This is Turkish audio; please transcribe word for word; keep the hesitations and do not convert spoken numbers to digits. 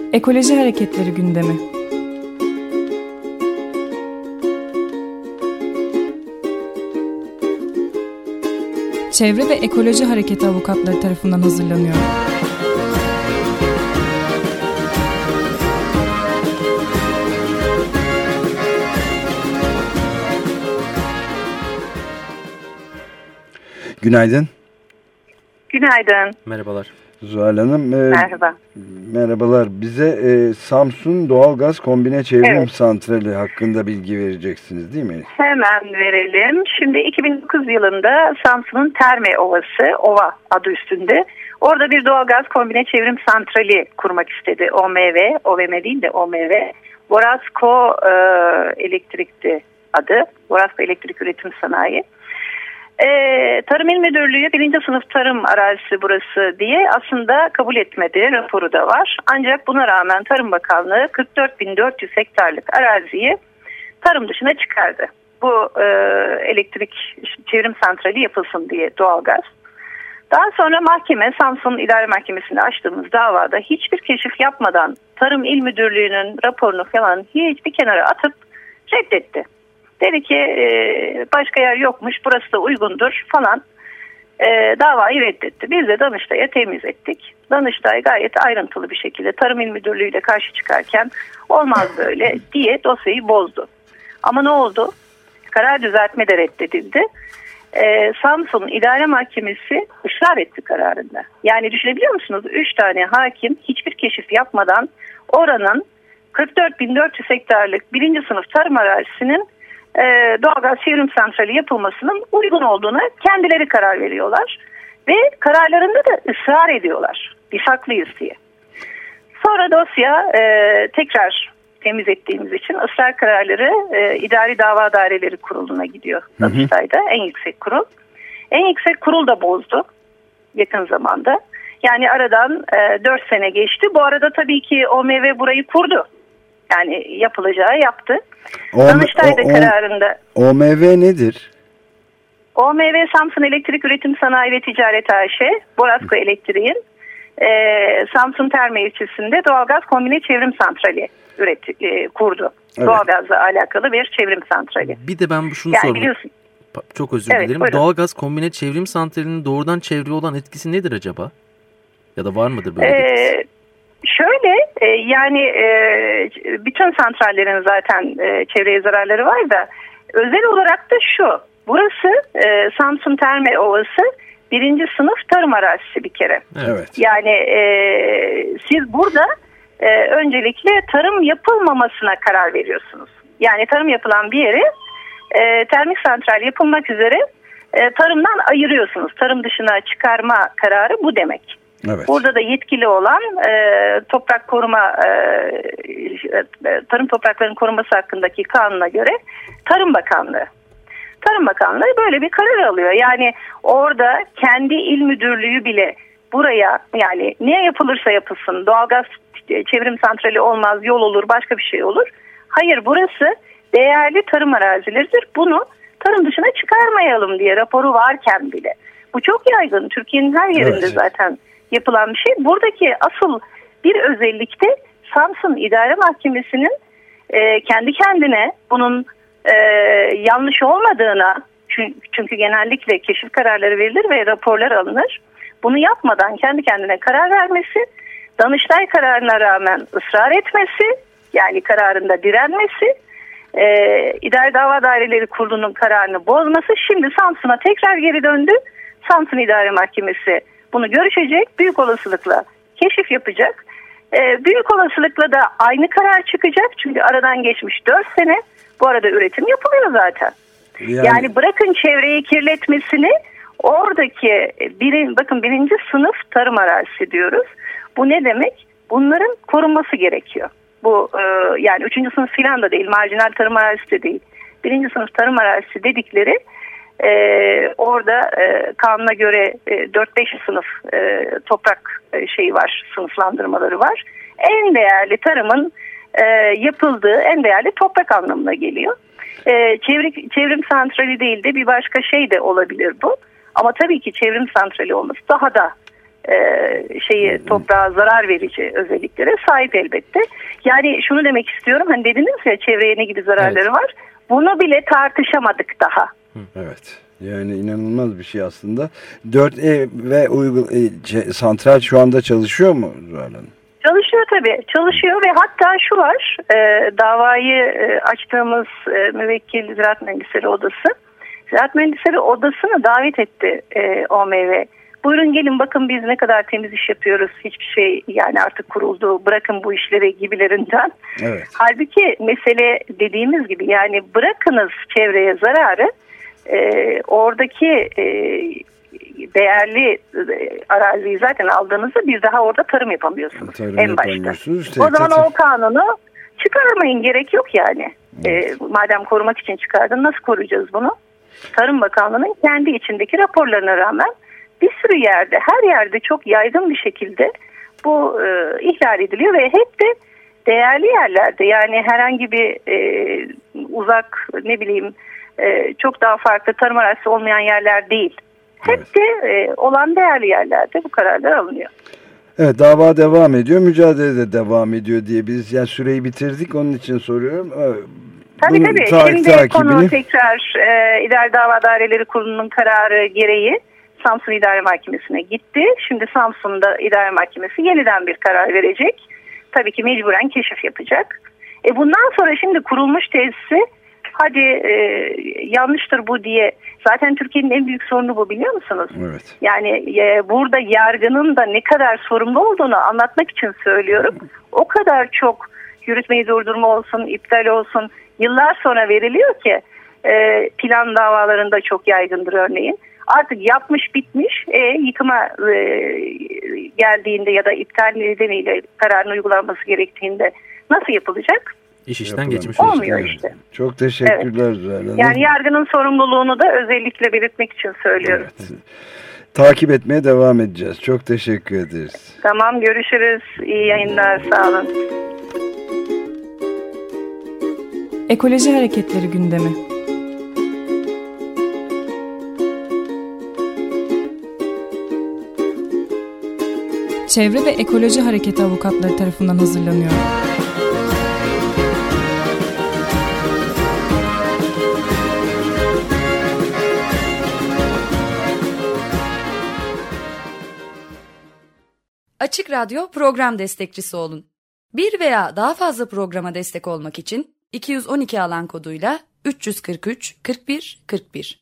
Ekoloji hareketleri gündemi. Çevre ve Ekoloji Hareketi avukatları tarafından hazırlanıyor. Günaydın. Günaydın. Merhabalar. Zuhal Hanım. E, Merhaba. Merhabalar. Bize e, Samsun Doğalgaz Kombine Çevrim evet. Santrali hakkında bilgi vereceksiniz değil mi? Hemen verelim. Şimdi iki bin dokuz yılında Samsun'un Terme Ovası, Ova adı üstünde. Orada bir doğalgaz kombine çevrim santrali kurmak istedi. O M V, O V M değil de O M V. Borazko e, Elektrik'ti adı. Borazko Elektrik Üretim Sanayi. Ee, Tarım İl Müdürlüğü birinci sınıf tarım arazisi burası diye aslında kabul etmedi, raporu da var. Ancak buna rağmen Tarım Bakanlığı kırk dört bin dört yüz hektarlık araziyi tarım dışına çıkardı. Bu e, elektrik çevrim santrali yapılsın diye doğalgaz. Daha sonra mahkeme, Samsun İdare Mahkemesi'nde açtığımız davada hiçbir keşif yapmadan Tarım İl Müdürlüğü'nün raporunu falan hiçbir kenara atıp reddetti. Dedi ki başka yer yokmuş, burası da uygundur falan, e, davayı reddetti. Biz de Danıştay'a temiz ettik. Danıştay gayet ayrıntılı bir şekilde Tarım İl Müdürlüğü ile karşı çıkarken olmaz böyle diye dosyayı bozdu. Ama ne oldu? Karar düzeltme de reddedildi. E, Samsun İdare Mahkemesi ısrar etti kararında. Yani düşünebiliyor musunuz? Üç tane hakim hiçbir keşif yapmadan oranın kırk dört bin dört yüz hektarlık birinci sınıf tarım arazisinin e, doğalgaz çevrim santrali yapılmasının uygun olduğuna kendileri karar veriyorlar. Ve kararlarında da ısrar ediyorlar. Biz haklıyız diye. Sonra dosya e, tekrar temiz ettiğimiz için ısrar kararları e, İdari Dava Daireleri Kurulu'na gidiyor. Danıştay'da en yüksek kurul. En yüksek kurul da bozdu yakın zamanda. Yani aradan e, dört sene geçti. Bu arada tabii ki O M V burayı kurdu. Yani yapılacağı yaptı. Danıştay'da kararında. O M V nedir? O M V Samsun Elektrik Üretim Sanayi ve Ticaret A Ş, Borazko Elektrik'in e, Samsun Terme ilçesinde doğalgaz kombine çevrim santrali üretti, e, kurdu. Evet. Doğalgazla alakalı bir çevrim santrali. Bir de ben şunu yani sormak Çok özür evet, dilerim. Buyurun. Doğalgaz kombine çevrim santralinin doğrudan çevreye olan etkisi nedir acaba? Ya da var mıdır böyle bir etkisi? Ee, şöyle e, yani e, bütün santrallerin zaten e, çevreye zararları var da özel olarak da şu. Burası e, Samsun Terme Ovası birinci sınıf tarım arazisi bir kere. Evet. Yani e, siz burada e, öncelikle tarım yapılmamasına karar veriyorsunuz. Yani tarım yapılan bir yere e, termik santral yapılmak üzere e, tarımdan ayırıyorsunuz. Tarım dışına çıkarma kararı bu demek. Evet. Burada da yetkili olan e, toprak koruma e, tarım topraklarının korunması hakkındaki kanuna göre Tarım Bakanlığı. Tarım Bakanlığı böyle bir karar alıyor. Yani orada kendi il müdürlüğü bile buraya yani ne yapılırsa yapılsın doğalgaz çevrim santrali olmaz, yol olur, başka bir şey olur. Hayır, burası değerli tarım arazileridir. Bunu tarım dışına çıkarmayalım diye raporu varken bile. Bu çok yaygın. Türkiye'nin her yerinde evet. zaten yapılan bir şey. Buradaki asıl bir özellik de Samsun İdare Mahkemesi'nin e, kendi kendine bunun e, yanlış olmadığına, çünkü, çünkü genellikle keşif kararları verilir ve raporlar alınır. Bunu yapmadan kendi kendine karar vermesi, Danıştay kararına rağmen ısrar etmesi, yani kararında direnmesi, e, İdari Dava Daireleri Kurulu'nun kararını bozması, şimdi Samsun'a tekrar geri döndü. Samsun İdare Mahkemesi bunu görüşecek, büyük olasılıkla keşif yapacak. Ee, büyük olasılıkla da aynı karar çıkacak. Çünkü aradan geçmiş dört sene. Bu arada üretim yapılıyor zaten. Yani, yani bırakın çevreyi kirletmesini, oradaki birin, bakın birinci sınıf tarım arazisi diyoruz. Bu ne demek? Bunların korunması gerekiyor. Bu e, yani üçüncü sınıf filan da değil, marjinal tarım arazisi de değil. Birinci sınıf tarım arazisi dedikleri Ee, orada e, kanuna göre e, dört beş sınıf e, toprak e, şeyi var, sınıflandırmaları var. En değerli tarımın e, yapıldığı en değerli toprak anlamına geliyor. E, çevrim, çevrim santrali değil de bir başka şey de olabilir bu. Ama tabii ki çevrim santrali olması daha da e, şeyi toprağa zarar verici özelliklere sahip elbette. Yani şunu demek istiyorum, hani dediniz ya çevreye ne gibi zararları evet. var. Bunu bile tartışamadık daha. Evet. Yani inanılmaz bir şey aslında. dört E ve uygul e, santral şu anda çalışıyor mu Zuhal Hanım? Çalışıyor tabii. Çalışıyor ve hatta şu var, e, davayı e, açtığımız e, müvekkil Ziraat Mühendisleri Odası, Ziraat Mühendisleri Odası'nı davet etti e, O M V. Buyurun gelin bakın biz ne kadar temiz iş yapıyoruz. Hiçbir şey yani artık kuruldu. Bırakın bu işleri gibilerinden. Evet. Halbuki mesele dediğimiz gibi yani bırakınız çevreye zararı. E, oradaki e, değerli e, araziyi zaten aldığınızda bir daha orada tarım yapamıyorsunuz. Tarım en başta. O zaman o kanunu çıkarmayın, gerek yok yani. Evet. E, madem korumak için çıkardın, nasıl koruyacağız bunu? Tarım Bakanlığı'nın kendi içindeki raporlarına rağmen bir sürü yerde, her yerde çok yaygın bir şekilde bu e, ihlal ediliyor ve hep de değerli yerlerde, yani herhangi bir e, uzak ne bileyim e, çok daha farklı tarım arazisi olmayan yerler değil. Hep evet. de e, olan değerli yerlerde bu kararlar alınıyor. Evet, dava devam ediyor, mücadele de devam ediyor diye biz yani süreyi bitirdik, onun için soruyorum. Tabii Bunun tabii. Ta- Şimdi takibini... konu tekrar e, İdari Dava Daireleri Kurulu'nun kararı gereği Samsun İdare Mahkemesi'ne gitti. Şimdi Samsun'da İdare Mahkemesi yeniden bir karar verecek. Tabii ki mecburen keşif yapacak. E bundan sonra şimdi kurulmuş tesisi hadi e, yanlıştır bu diye, zaten Türkiye'nin en büyük sorunu bu, biliyor musunuz? Evet. Yani e, burada yargının da ne kadar sorumlu olduğunu anlatmak için söylüyorum. O kadar çok yürütmeyi durdurma olsun, iptal olsun yıllar sonra veriliyor ki e, plan davalarında çok yaygındır örneğin. Artık yapmış bitmiş, e, yıkıma e, geldiğinde ya da iptal nedeniyle kararın uygulanması gerektiğinde nasıl yapılacak? İş işten geçmiş. Olmuyor işte. işte. Çok teşekkürler Zuhal Hanım. Yani yargının sorumluluğunu da özellikle belirtmek için söylüyorum. Evet. Takip etmeye devam edeceğiz. Çok teşekkür ederiz. Tamam, görüşürüz. İyi yayınlar, sağ olun. Ekoloji Hareketleri gündemi. Çevre ve Ekoloji Hareketi avukatları tarafından hazırlanıyor. Açık Radyo program destekçisi olun. Bir veya daha fazla programa destek olmak için iki yüz on iki alan koduyla üç yüz kırk üç kırk bir kırk bir